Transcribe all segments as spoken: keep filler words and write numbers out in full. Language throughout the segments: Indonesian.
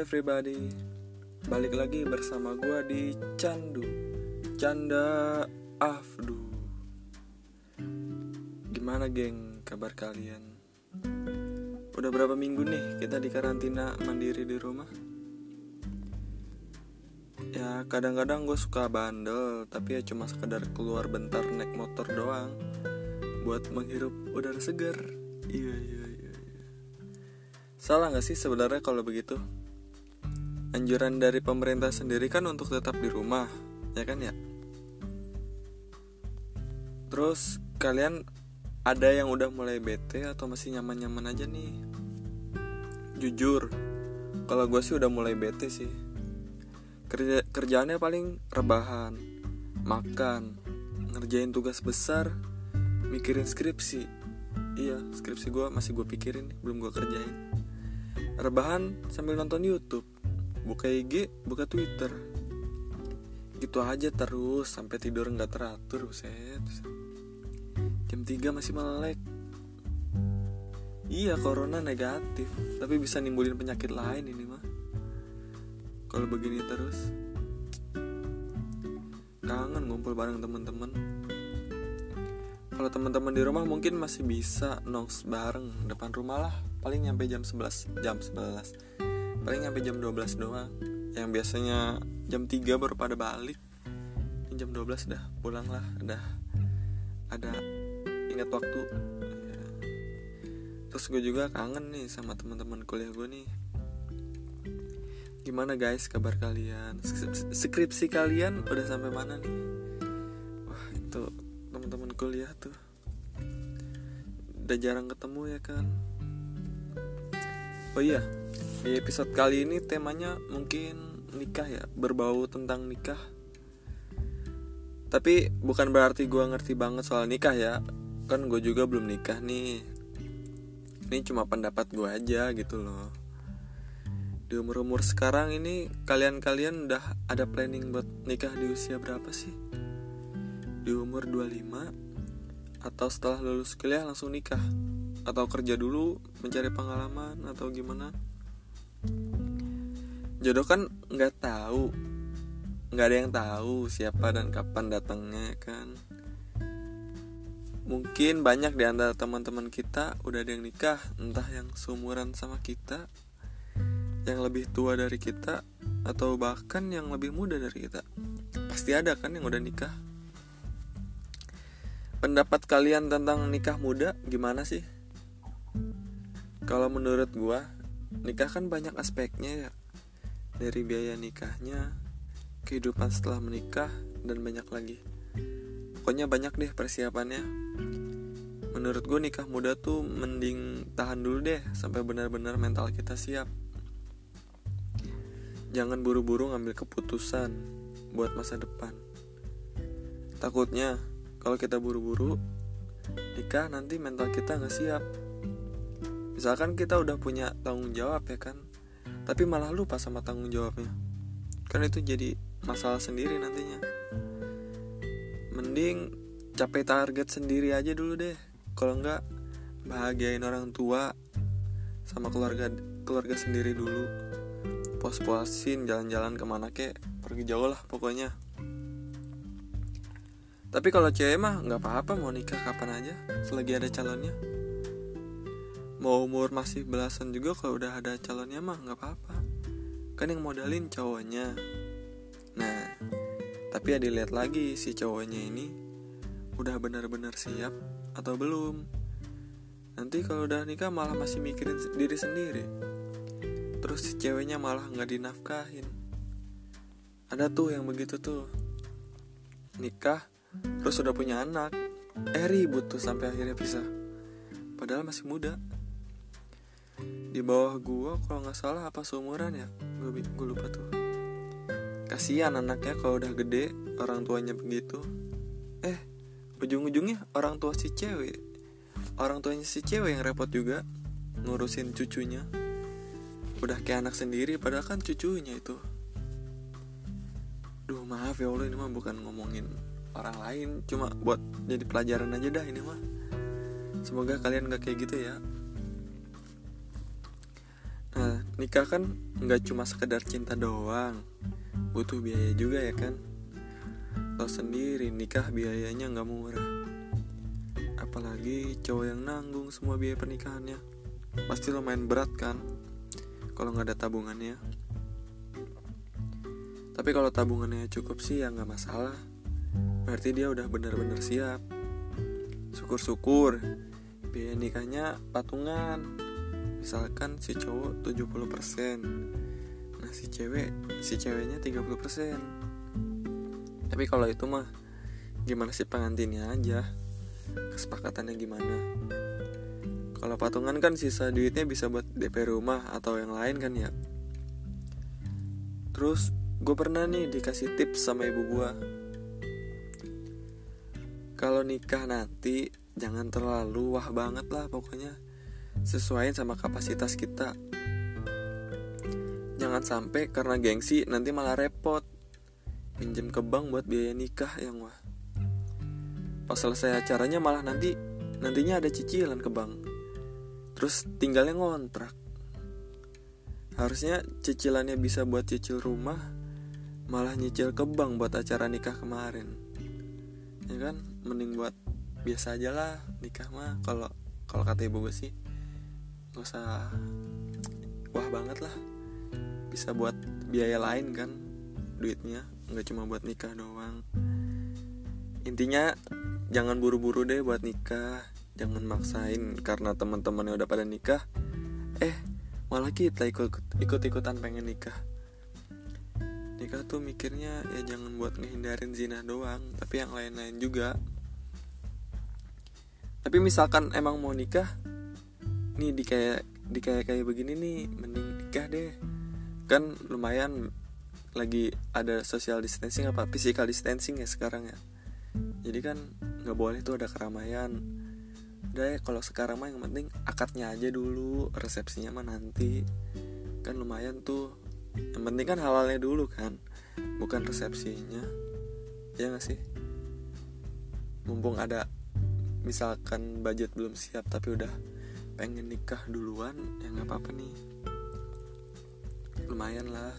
everybody, balik lagi bersama gue di Candu Canda Afdu. Gimana geng kabar kalian? Udah berapa minggu nih kita di karantina mandiri di rumah? Ya kadang-kadang gue suka bandel, tapi ya cuma sekedar keluar bentar naik motor doang buat menghirup udara segar. Iya iya iya Salah gak sih sebenarnya kalau begitu? Anjuran dari pemerintah sendiri kan untuk tetap di rumah, ya kan ya? Terus kalian ada yang udah mulai bete atau masih nyaman-nyaman aja nih? Jujur, kalau gue sih udah mulai bete sih. Kerja, kerjaannya paling rebahan, makan, ngerjain tugas besar, mikirin skripsi. Iya, skripsi gue masih gue pikirin, belum gue kerjain. Rebahan sambil nonton YouTube, buka I G, buka Twitter. Gitu aja terus sampai tidur gak teratur. Buset. Jam tiga masih melek. Iya, corona negatif, tapi bisa nimbulin penyakit lain ini mah kalau begini terus. Kangen ngumpul bareng teman-teman. Kalau teman-teman di rumah mungkin masih bisa nongs bareng depan rumah lah. Paling nyampe jam sebelas, jam sebelas. Paling nyampe jam dua belas doang. Yang biasanya jam tiga baru pada balik. Jam dua belas udah pulang lah, udah ada ingat waktu. Ya. Terus gue juga kangen nih sama teman-teman kuliah gue nih. Gimana guys kabar kalian? Skripsi kalian udah sampai mana nih? Wah, itu teman-teman kuliah tuh udah jarang ketemu ya kan. Oh iya, di episode kali ini temanya mungkin nikah ya, berbau tentang nikah. Tapi bukan berarti gue ngerti banget soal nikah ya. Kan gue juga belum nikah nih. Ini cuma pendapat gue aja gitu loh. Di umur-umur sekarang ini, kalian-kalian udah ada planning buat nikah di usia berapa sih? Di umur dua puluh lima? Atau setelah lulus kuliah langsung nikah? Atau kerja dulu mencari pengalaman atau gimana? Jodoh kan gak tahu, gak ada yang tahu siapa dan kapan datangnya kan. Mungkin banyak di antara teman-teman kita udah ada yang nikah, entah yang seumuran sama kita, yang lebih tua dari kita, atau bahkan yang lebih muda dari kita. Pasti ada kan yang udah nikah. Pendapat kalian tentang nikah muda gimana sih? Kalau menurut gua, nikah kan banyak aspeknya ya. Dari biaya nikahnya, kehidupan setelah menikah, dan banyak lagi. Pokoknya banyak deh persiapannya. Menurut gua nikah muda tuh mending tahan dulu deh sampai benar-benar mental kita siap. Jangan buru-buru ngambil keputusan buat masa depan. Takutnya kalau kita buru-buru nikah nanti mental kita gak siap. Misalkan kita udah punya tanggung jawab ya kan, tapi malah lupa sama tanggung jawabnya. Kan itu jadi masalah sendiri nantinya. Mending capai target sendiri aja dulu deh. Kalau enggak, bahagiain orang tua sama keluarga keluarga sendiri dulu. Puas-puasin jalan-jalan kemana kek, pergi jauh lah pokoknya. Tapi kalau cewek mah gak apa-apa mau nikah kapan aja, selagi ada calonnya. Mau umur masih belasan juga kalau udah ada calonnya mah gak apa-apa. Kan yang modalin cowoknya. Nah, tapi ya dilihat lagi si cowoknya ini udah benar-benar siap atau belum. Nanti kalau udah nikah malah masih mikirin diri sendiri, terus si ceweknya malah gak dinafkahin. Ada tuh yang begitu tuh, nikah terus udah punya anak, eh ribut tuh sampai akhirnya pisah. Padahal masih muda. Di bawah gua kalau gak salah apa seumuran ya, Gue, gue lupa tuh. Kasian anaknya kalau udah gede, orang tuanya begitu. Eh ujung-ujungnya orang tua si cewek Orang tuanya si cewek yang repot juga ngurusin cucunya. Udah kayak anak sendiri padahal kan cucunya itu. Duh maaf ya Allah, ini mah bukan ngomongin orang lain, cuma buat jadi pelajaran aja dah ini mah. Semoga kalian gak kayak gitu ya. Nah nikah kan nggak cuma sekedar cinta doang, butuh biaya juga ya kan. Tahu sendiri nikah biayanya nggak murah, apalagi cowok yang nanggung semua biaya pernikahannya. Pasti lumayan berat kan kalau nggak ada tabungannya. Tapi kalau tabungannya cukup sih ya nggak masalah, berarti dia udah benar-benar siap. Syukur-syukur biaya nikahnya patungan, misalkan si cowok tujuh puluh persen, nah si cewek si ceweknya tiga puluh persen. Tapi kalau itu mah gimana sih pengantinnya aja, kesepakatannya gimana. Kalau patungan kan sisa duitnya bisa buat D P rumah atau yang lain kan ya. Terus gue pernah nih dikasih tips sama ibu gue, kalau nikah nanti jangan terlalu wah banget lah, pokoknya sesuaiin sama kapasitas kita. Jangan sampai karena gengsi nanti malah repot pinjem ke bank buat biaya nikah yang wah. Pas selesai acaranya malah nanti nantinya ada cicilan ke bank, terus tinggalnya ngontrak. Harusnya cicilannya bisa buat cicil rumah, malah nyicil ke bank buat acara nikah kemarin. Ya kan, mending buat biasa aja lah nikah mah. Kalau kalau kata ibu gue sih gak usah wah banget lah, bisa buat biaya lain kan duitnya, nggak cuma buat nikah doang. Intinya jangan buru-buru deh buat nikah, jangan maksain karena teman-temannya udah pada nikah, eh malah kita ikut ikut-ikutan pengen nikah. Nikah tuh mikirnya ya jangan buat ngehindarin zina doang, tapi yang lain-lain juga. Tapi misalkan emang mau nikah nih di kayak di kayak kayak begini nih, mending nikah deh. Kan lumayan lagi ada social distancing apa physical distancing ya sekarang ya. Jadi kan nggak boleh tuh ada keramaian. Udah ya, kalau sekarang mah yang penting akadnya aja dulu, resepsinya mah nanti. Kan lumayan tuh. Yang penting kan halalnya dulu kan, bukan resepsinya. Ya gak sih? Mumpung ada, misalkan budget belum siap tapi udah pengen nikah duluan, ya gak apa-apa nih. Lumayan lah.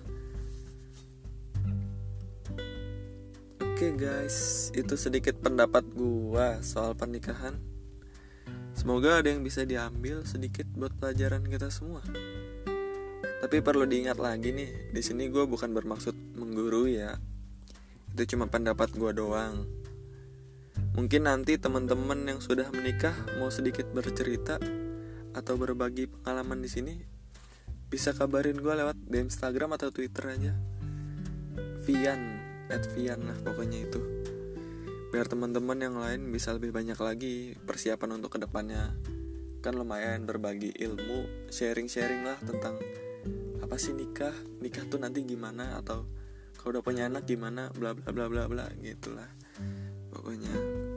Oke guys, itu sedikit pendapat gua soal pernikahan. Semoga ada yang bisa diambil sedikit buat pelajaran kita semua. Tapi perlu diingat lagi nih, di sini gue bukan bermaksud menggurui ya. Itu cuma pendapat gue doang. Mungkin nanti teman-teman yang sudah menikah mau sedikit bercerita atau berbagi pengalaman di sini, bisa kabarin gue lewat di Instagram atau Twitter aja. Vian, at Vian lah pokoknya itu. Biar teman-teman yang lain bisa lebih banyak lagi persiapan untuk kedepannya. Kan lumayan berbagi ilmu, sharing-sharing lah tentang apa sih nikah, nikah tuh nanti gimana, atau kalau udah punya anak gimana, bla bla bla bla bla gitulah. Pokoknya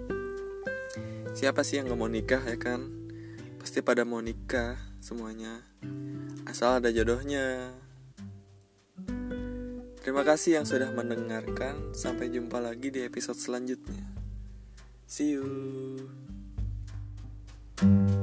siapa sih yang gak mau nikah ya kan? Pasti pada mau nikah semuanya, asal ada jodohnya. Terima kasih yang sudah mendengarkan. Sampai jumpa lagi di episode selanjutnya. See you.